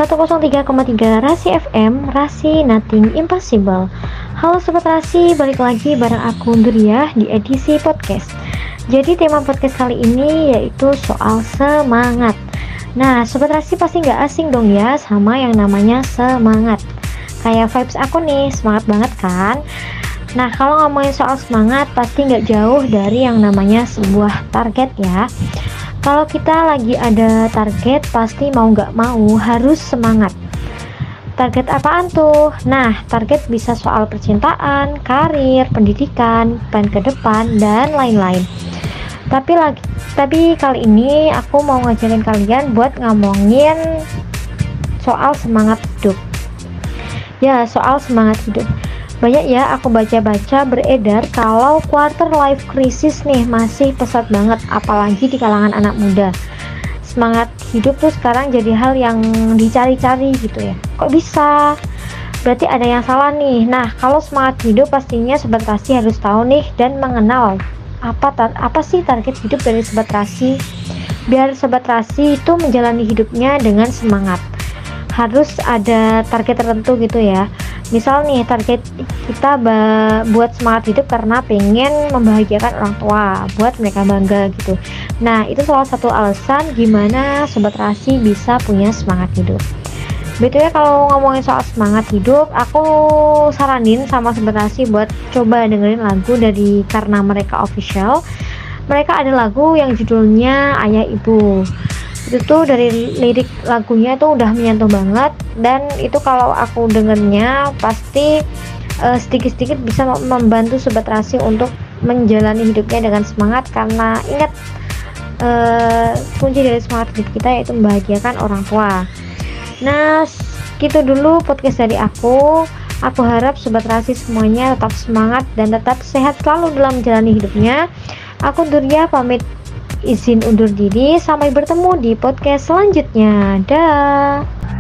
103,3 Rasi FM, Rasi Nothing Impossible. Halo Sobat Rasi, balik lagi bareng aku Duriah di edisi podcast. Jadi tema podcast kali ini yaitu soal semangat. Nah Sobat Rasi pasti gak asing dong ya sama yang namanya semangat. Kayak vibes aku nih, semangat banget kan? Nah kalau ngomongin soal semangat pasti gak jauh dari yang namanya sebuah target ya. Kalau kita lagi ada target, pasti mau gak mau harus semangat. Target apaan tuh? Nah, target bisa soal percintaan, karir, pendidikan, plan ke depan, dan lain-lain. Tapi kali ini aku mau ngajarin kalian buat ngomongin soal semangat hidup. Ya, soal semangat hidup. Banyak ya aku baca-baca beredar kalau quarter life crisis nih masih pesat banget, apalagi di kalangan anak muda. Semangat hidup tuh sekarang jadi hal yang dicari-cari gitu ya. Kok bisa? Berarti ada yang salah nih. Nah kalau semangat hidup pastinya Sobat Rasi harus tahu nih dan mengenal apa sih target hidup dari Sobat Rasi, biar Sobat Rasi itu menjalani hidupnya dengan semangat. Harus ada target tertentu gitu ya. Misal nih target kita buat semangat hidup karena pengen membahagiakan orang tua, buat mereka bangga gitu. Nah itu salah satu alasan gimana Sobat Rasi bisa punya semangat hidup. Betulnya kalau ngomongin soal semangat hidup, aku saranin sama Sobat Rasi buat coba dengerin lagu dari Karena Mereka Official. Mereka ada lagu yang judulnya Ayah Ibu. Itu tuh dari lirik lagunya tuh udah menyentuh banget, dan itu kalau aku dengernya pasti sedikit-sedikit bisa membantu Sobat Rasi untuk menjalani hidupnya dengan semangat. Karena ingat kunci dari semangat hidup kita yaitu membahagiakan orang tua. Nah gitu dulu podcast dari aku harap Sobat Rasi semuanya tetap semangat dan tetap sehat selalu dalam menjalani hidupnya. Aku Duriah pamit izin undur diri, sampai bertemu di podcast selanjutnya. Dah.